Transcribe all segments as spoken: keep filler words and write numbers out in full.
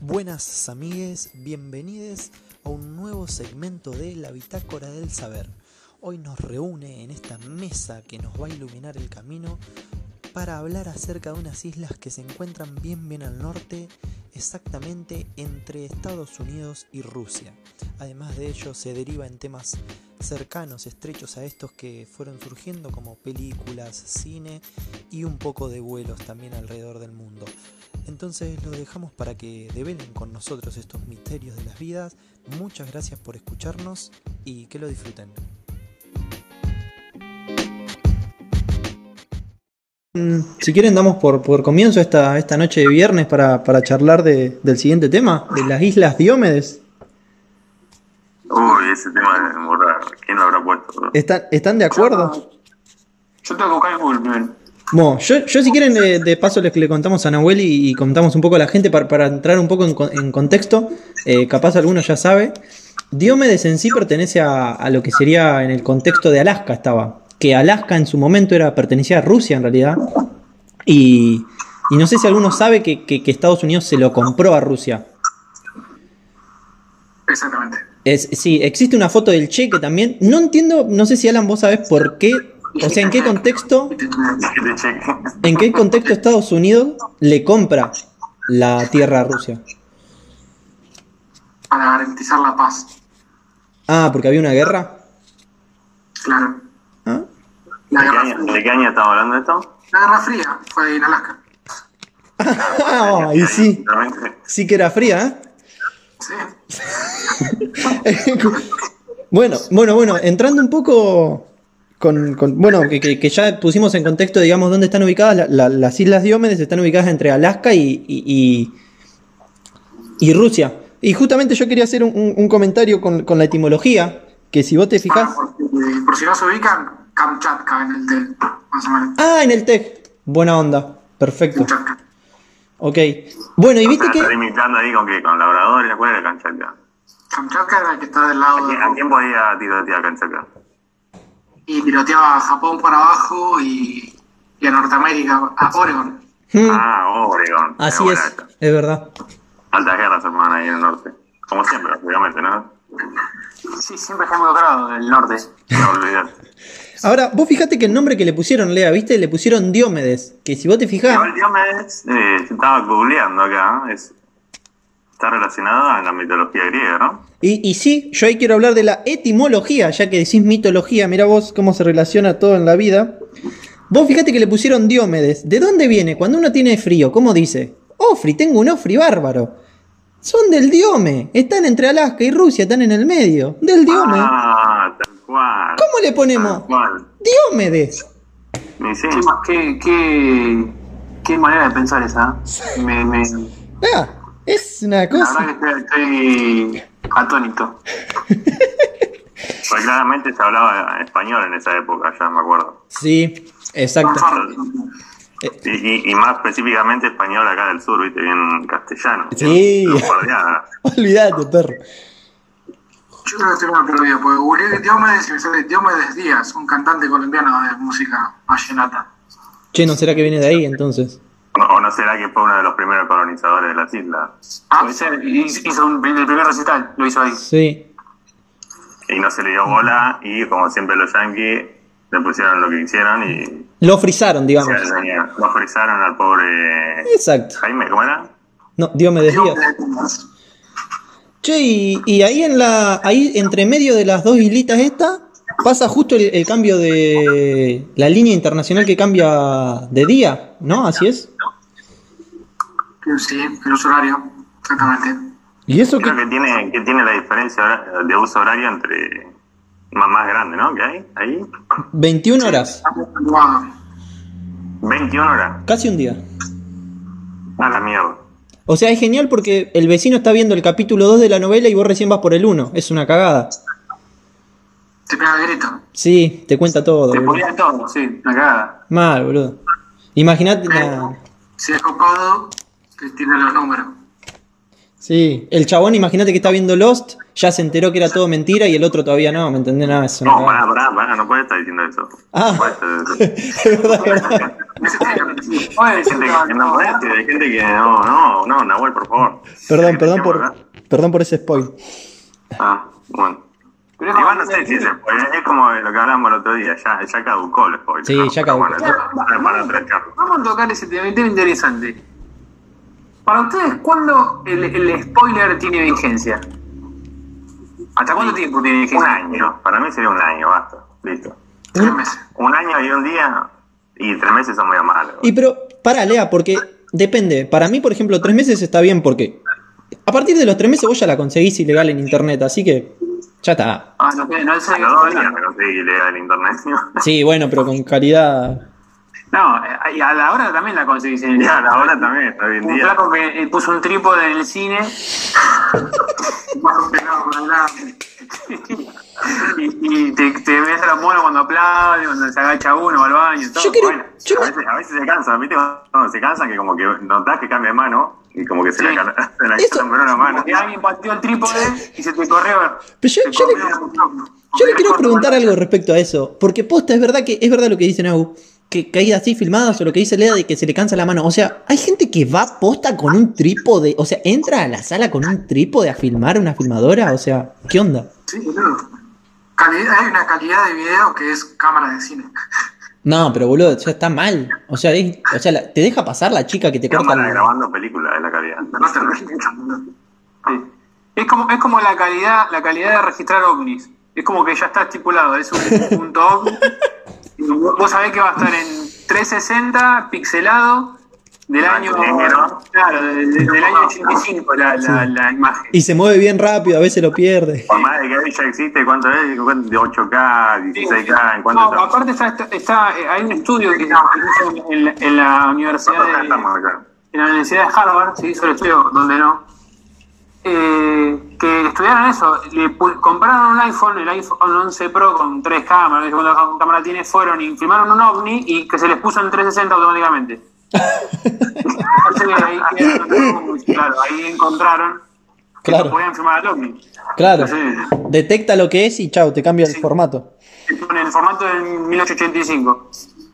Buenas amigues, bienvenidos a un nuevo segmento de La Bitácora del Saber. Hoy nos reúne en esta mesa que nos va a iluminar el camino para hablar acerca de unas islas que se encuentran bien bien al norte, exactamente entre Estados Unidos y Rusia. Además de ello se deriva en temas cercanos, estrechos a estos que fueron surgiendo como películas, cine y un poco de vuelos también alrededor del mundo. Entonces los dejamos para que develen con nosotros estos misterios de las vidas. Muchas gracias por escucharnos y que lo disfruten. Si quieren damos por, por comienzo esta, esta noche de viernes para, para charlar de, del siguiente tema, de las Islas Diómedes. Uy, ese tema es muy raro. ¿Quién lo habrá puesto? ¿Están, ¿Están de acuerdo? Yo, yo tengo que buscar el Google primero. Bueno, yo, yo si quieren de, de paso les le contamos a Nahuel y, y contamos un poco a la gente para, para entrar un poco en, en contexto. Eh, capaz alguno ya sabe. Diómedes en sí pertenece a, a lo que sería en el contexto de Alaska estaba. Que Alaska en su momento era pertenecía a Rusia en realidad. Y, y no sé si alguno sabe que, que, que Estados Unidos se lo compró a Rusia. Exactamente. Es, sí, existe una foto del Che que también. No entiendo, no sé si Alan vos sabés por qué. O sea, ¿en qué contexto? ¿En qué contexto Estados Unidos le compra la tierra a Rusia? Para garantizar la paz. Ah, porque había una guerra. Claro. ¿Ah? La ¿De qué, guerra año, fría. ¿De qué año estamos hablando de esto? La Guerra Fría fue en Alaska. Ah, y sí, Realmente. sí que era fría, Sí. ¿eh? Bueno, bueno, bueno, entrando un poco con, con bueno, que, que, que ya pusimos en contexto, digamos, dónde están ubicadas la, la, las Islas Diómedes, están ubicadas entre Alaska y, y, y, y Rusia. Y justamente yo quería hacer un, un, un comentario con, con la etimología, que si vos te fijás... Ah, porque, eh, por si no se ubican, Kamchatka en el del, más o menos. Ah, en el T E C. Buena onda, perfecto. Kamchatka. Ok. Bueno, y O viste sea, que... estás imitando ahí con qué, con labradores, ¿cuál era Kamchatka? Kamchatka era el que está del lado ¿A de... quién, a quién podía tirotear Kamchatka? Y tiroteaba a Japón para abajo y, y a Norteamérica, a Oregon. Hmm, Ah, Oregon. así buena es, esa. es verdad. Altas guerras, hermano, ahí en el norte. Como siempre, obviamente, ¿no? Sí, siempre está involucrado el norte. No olvidar. Ahora, vos fijate que el nombre que le pusieron, Lea, ¿viste? Le pusieron Diómedes, que si vos te fijás... Igual Diomedes, eh, estaba googleando acá, es, está relacionado a la mitología griega, ¿no? Y, y sí, yo ahí quiero hablar de la etimología, ya que decís mitología, mira vos cómo se relaciona todo en la vida. Vos fíjate que le pusieron Diómedes. ¿De dónde viene? Cuando uno tiene frío, ¿cómo dice? Ofri, tengo un Ofri bárbaro. Son del Diome. Están entre Alaska y Rusia, están en el medio. Del Diome. Ah, tal cual. ¿Cómo le ponemos? Tal cual. Diómedes. Y sí, Qué, ma- qué, qué, qué manera de pensar esa. ¿eh? Me, me, Ah, es una la cosa. verdad que estoy, estoy atónito. pues claramente se hablaba español en esa época, ya me acuerdo. Sí, exacto. Y, y, y más específicamente español acá del sur, viste, bien castellano. Sí. Bien guardiana. Olvídate, perro. Yo creo que estoy mal perdido, porque googleé Diomedes y me sale Diomedes Díaz, un cantante colombiano de música vallenata. Che, ¿no será que viene de ahí entonces? O, o no será que fue uno de los primeros colonizadores de las islas Ah, puede ser, hizo hizo un, el primer recital, lo hizo ahí. Sí. y no se le dio bola y como siempre los yankees le pusieron lo que quisieron y Lo frizaron, digamos. lo frizaron al pobre Exacto. Jaime, ¿cómo era? No, Diomedes Díaz. Che, y, y ahí en la, ahí entre medio de las dos islitas estas, pasa justo el, el cambio de la línea internacional que cambia de día, ¿no? Así es. Sí, el uso horario, exactamente. Y eso que... Creo que tiene, que tiene la diferencia hora- de uso horario entre más, más grande, ¿no? Que hay ahí veintiuna horas, Wow. veintiuna horas. casi un día. A la mierda. O sea, es genial porque el vecino está viendo el capítulo dos de la novela y vos recién vas por el uno. Es una cagada. Te pega el grito. Sí, te cuenta todo, Te boludo. ponía todo, sí, una cagada. Mal, boludo. Imagínate... nah. Si es copado, te tiene los números. Sí, el chabón, imagínate que está viendo Lost, ya se enteró que era todo mentira y el otro todavía no, ¿me entendés? Nada, eso No, pará, pará, pará, no puedes estar diciendo eso. Ah. No puedes estar- Es verdad, es verdad. Ese tiene que Hay gente que no puede, hay gente que no, no, no, Nahuel, por favor. Perdón, perdón por, perdón por ese spoil. Ah, bueno. Pero igual no sé si es spoiler, es como lo que hablamos el otro día, ya, ya caducó el spoiler. Sí, ¿no? ya caducó. Bueno, ya, para atracarlo. Vamos a tocar ese tema, un tema interesante. Para ustedes, ¿cuándo el, el spoiler tiene vigencia? ¿Hasta cuánto tiempo tiene vigencia? Un año, para mí sería un año, basta, listo. Tres meses. Un año y un día, y tres meses son muy malos. Y pero, para, Lea, porque depende. Para mí, por ejemplo, tres meses está bien porque a partir de los tres meses vos ya la conseguís ilegal en internet, así que ya está. Ah, no, no, no sé. A los dos días me conseguí ilegal en internet. Sí, bueno, pero con calidad. No, y a la hora también la conseguís en el Y a la hora también, hoy en Un día. flaco que eh, puso un trípode en el cine Más pegado por adelante. y, y te, te ves a los monos cuando aplaude, cuando se agacha uno, va al baño, todo. Yo quiero- Bueno, yo- A veces, a veces se cansan, ¿viste? Cuando se cansan que como que notás que cambia de mano y como que se Sí. le ca- se le Eso- cambió una mano. porque alguien pateó el trípode y se te corrió. Pero yo, te yo le, corrió. yo le quiero preguntar algo respecto a eso. Porque posta, es verdad que es verdad lo que dice Nau. Que caídas así filmadas o lo que dice Lea de que se le cansa la mano. O sea, hay gente que va posta con un trípode. O sea, entra a la sala con un trípode a filmar una filmadora. O sea, ¿qué onda? Sí, boludo. Calidad, hay una calidad de video que es cámara de cine. No, pero boludo, ya está mal. O sea, es- o sea la- te deja pasar la chica que te corta Cámara la... grabando películas de la calidad. No te ríes, boludo. Sí. Es como, es como la calidad, la calidad de registrar ovnis. Es como que ya está estipulado, es un punto ovni. Y vos vos sabés que va a estar en trescientos sesenta, pixelado, del año, Negro. claro, del, del año ochenta y cinco la, la, la imagen. Y se mueve bien rápido, a veces lo pierde. Por más de que hoy ya existe, ¿cuánto es? ¿Cuánto? De ocho K, dieciséis K, ¿en cuánto No, está? aparte está, está, está- eh, hay un estudio que se hizo en, la- en la universidad ¿Cuánto K de, estamos acá? en la Universidad de Harvard, se hizo el estudio donde no, eh, que estudiaron eso, le pu- compraron un iPhone, el iPhone once Pro con tres cámaras, no sé cuántas cámaras tiene, fueron y filmaron un ovni y que se les puso en trescientos sesenta automáticamente. Entonces, ahí, quedaron, claro, ahí encontraron que Claro. no podían filmar al ovni. Claro. Entonces, Detecta lo que es y chau, te cambia el Sí. formato. en el formato del mil ochocientos ochenta y cinco.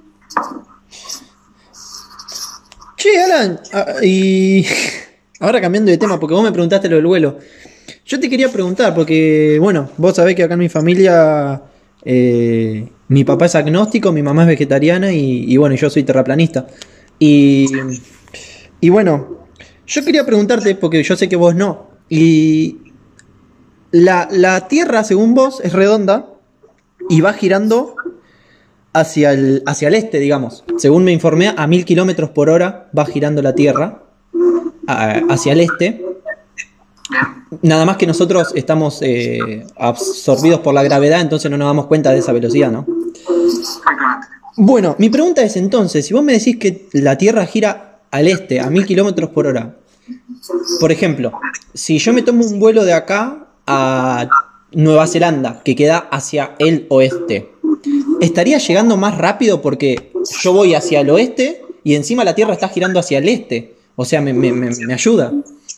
Che, Alan, ah, y ahora cambiando de tema, porque vos me preguntaste lo del vuelo. Yo te quería preguntar, porque, bueno, vos sabés que acá en mi familia, eh, mi papá es agnóstico, mi mamá es vegetariana y, y bueno, yo soy terraplanista. Y, y bueno, yo quería preguntarte, porque yo sé que vos no, y la, la Tierra, según vos, es redonda y va girando hacia el, hacia el este, digamos. Según me informé, a mil kilómetros por hora va girando la Tierra a- hacia el este. Bien. Nada más que nosotros estamos eh, absorbidos por la gravedad, entonces no nos damos cuenta de esa velocidad, ¿no? Exactamente. Bueno, mi pregunta es entonces, si vos me decís que la Tierra gira al este a mil kilómetros por hora, por ejemplo, si yo me tomo un vuelo de acá a Nueva Zelanda, que queda hacia el oeste, ¿estaría llegando más rápido porque yo voy hacia el oeste y encima la Tierra está girando hacia el este? O sea, me, me, me, me ayuda.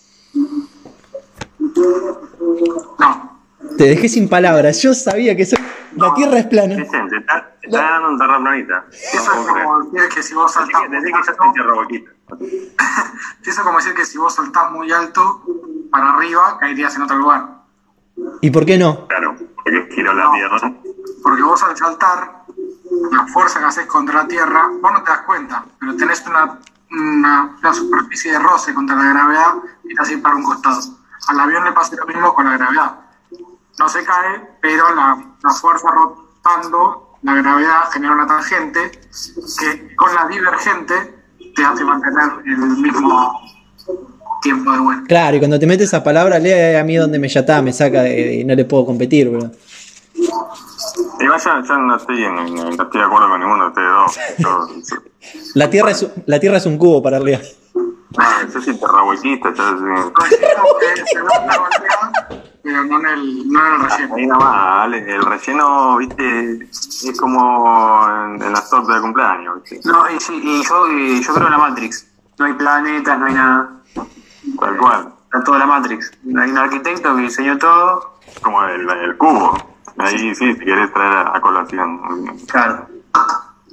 No. Te dejé sin palabras, yo sabía que soy... la Tierra es plana. Vicente, está, te está ganando un terraplanista. Eso No es puedo creer. como decir que si vos Desde saltás que, muy desde que ya alto, estoy tierra eso es como decir que si vos saltás muy alto para arriba, caerías en otro lugar. ¿Y por qué no? Claro, porque giró la No. tierra. Porque vos al saltar, la fuerza que haces contra la tierra, vos no te das cuenta, pero tenés una, una, una superficie de roce contra la gravedad y te hace para un costado. Al avión le pasa lo mismo con la gravedad. No se cae, pero la, la fuerza rotando, la gravedad genera una tangente que con la divergente te hace mantener el mismo tiempo de vuelo. Claro, y cuando te metes esa palabra, lea a mí donde me yatá, me saca de- y no le puedo competir, bro. Igual yo, yo no, estoy en, en- no estoy de acuerdo con ninguno de ustedes dos. Yo, yo, La Tierra es, la tierra es un cubo para arriba. ah, yo soy terrahuequista, yo soy... Coincidimos que se da la gravedad, pero no en el, no en el relleno. Ahí nada más, Ale, el relleno, viste, es como en, en las tortas de cumpleaños, viste. No, y, sí, y yo, y yo creo en la Matrix. No hay planetas, no hay nada. Tal cual, Está toda la Matrix. Hay un arquitecto que diseñó todo. como el, el cubo. Ahí sí, si querés traer a colación. Claro.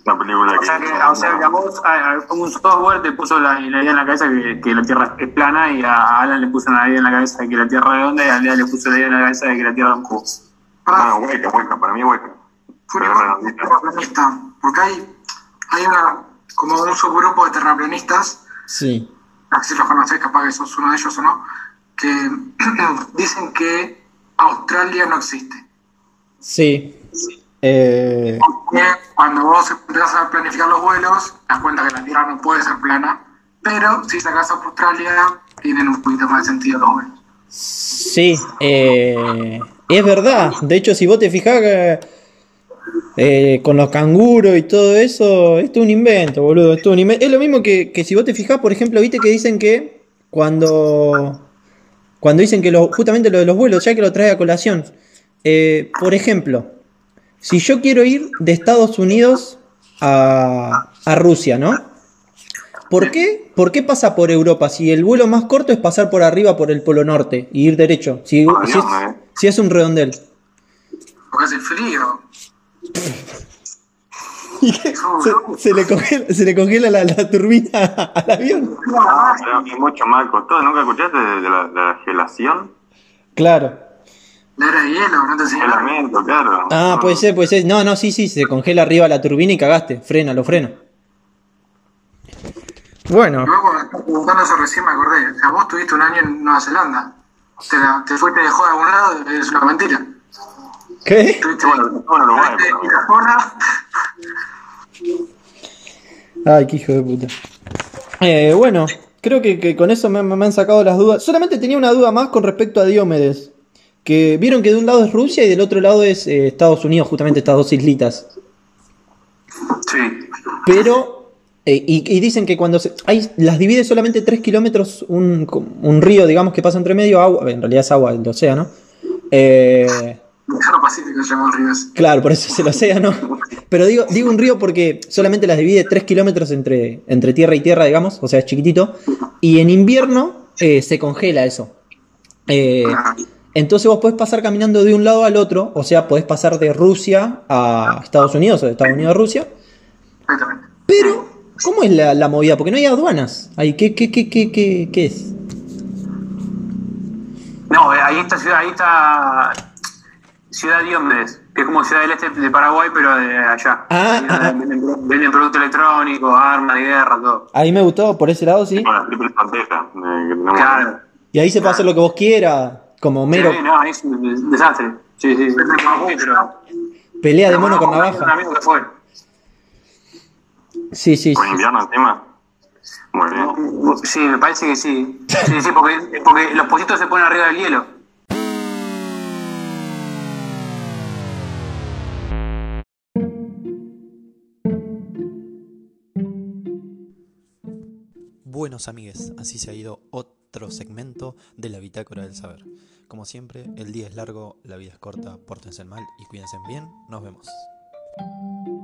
Una película O que... sea que, o sea, que a vos, a- a- como un software te puso la, la idea en la cabeza que, que la Tierra es plana, y a Alan le puso una idea en la cabeza de que la Tierra es redonda, y a Lea le puso la idea en la cabeza de que la Tierra es un cubo. Ah, hueca, hueca, para mí hueca. Pero es redondita. Terraplanista, porque hay, hay una, como un subgrupo de terraplanistas, Sí. no sé si los conocés, capaz que sos uno de ellos o no, que dicen que Australia no existe. Sí. Eh, Que cuando vos empezás a planificar los vuelos, te das cuenta que la Tierra no puede ser plana, pero si sacás a Australia, tienen un poquito más de sentido los vuelos. sí. Eh, es verdad. De hecho, si vos te fijás que, eh, con los canguros y todo eso, esto es un invento, boludo. Esto es, un invento. Es lo mismo que, que si vos te fijás, por ejemplo, viste que dicen que cuando... Cuando dicen que lo, justamente lo de los vuelos, ya que lo trae a colación. Eh, por ejemplo, si yo quiero ir de Estados Unidos a, a Rusia, ¿no? ¿Por qué? ¿Por qué pasa por Europa? Si el vuelo más corto es pasar por arriba por el Polo Norte y ir derecho. Si, Ah, si, Dios, es, eh. si es un redondel. Porque hace frío. Se, se le congela, se le congela la, la turbina al avión. No, pero es mucho más costoso. ¿Nunca escuchaste de, de la, de la gelación? Claro. La era de hielo, no te enseñan nada. Gelamiento, claro. Ah, puede ser, puede ser. No, no, sí, sí, se congela arriba la turbina y cagaste. Frena, lo frena. Bueno. Luego, cuando estaba preguntando eso recién me acordé. O sea, vos tuviste un año en Nueva Zelanda. Te, la, te fuiste de joda a algún lado, es una mentira. ¿Qué? Tuviste Bueno, bueno, Uruguay, tuviste pero- en la zona. Ay, qué hijo de puta. Eh, bueno, creo que, que con eso me, me han sacado las dudas. Solamente tenía una duda más con respecto a Diomedes. Que vieron que de un lado es Rusia y del otro lado es eh, Estados Unidos, justamente estas dos islitas. Sí. Pero, eh, y, y dicen que cuando se, hay, las divide solamente tres kilómetros un, un río, digamos, que pasa entre medio, agua, en realidad es agua del océano. Eh, El Océano Pacífico se llama el río ese. claro, por eso es el océano. Pero digo, digo un río porque solamente las divide tres kilómetros entre, entre tierra y tierra, digamos, o sea, es chiquitito. Y en invierno eh, se congela eso. Eh, entonces vos podés pasar caminando de un lado al otro, o sea, podés pasar de Rusia a Estados Unidos o de Estados Unidos a Rusia. Exactamente. Pero, ¿cómo es la, la movida? Porque no hay aduanas. Ahí, ¿qué, qué, qué, qué, qué, qué es? No, eh, ahí está ciudad, ahí está Ciudad Diomedes, que es como Ciudad del Este de Paraguay, pero de allá. Ah, Ahí ah, ah. venden, venden productos electrónicos, armas de guerra, todo. Ahí me gustó, por ese lado sí. Con la triple pantalla eh, que tenemos. Claro. Y ahí se puede hacer lo que vos quieras, como mero Sí, no, ahí es un des- desastre. Sí, sí. Sí, pero, pelea de pero mono con bueno, un navaja. amigo que fue. Sí, sí, Con sí. invierno encima. Muy bien. Sí, me parece que sí. Sí, sí, porque, porque los pocitos se ponen arriba del hielo. Buenos amigues, así se ha ido otro segmento de la Bitácora del Saber. Como siempre, el día es largo, la vida es corta, pórtense mal y cuídense bien. Nos vemos.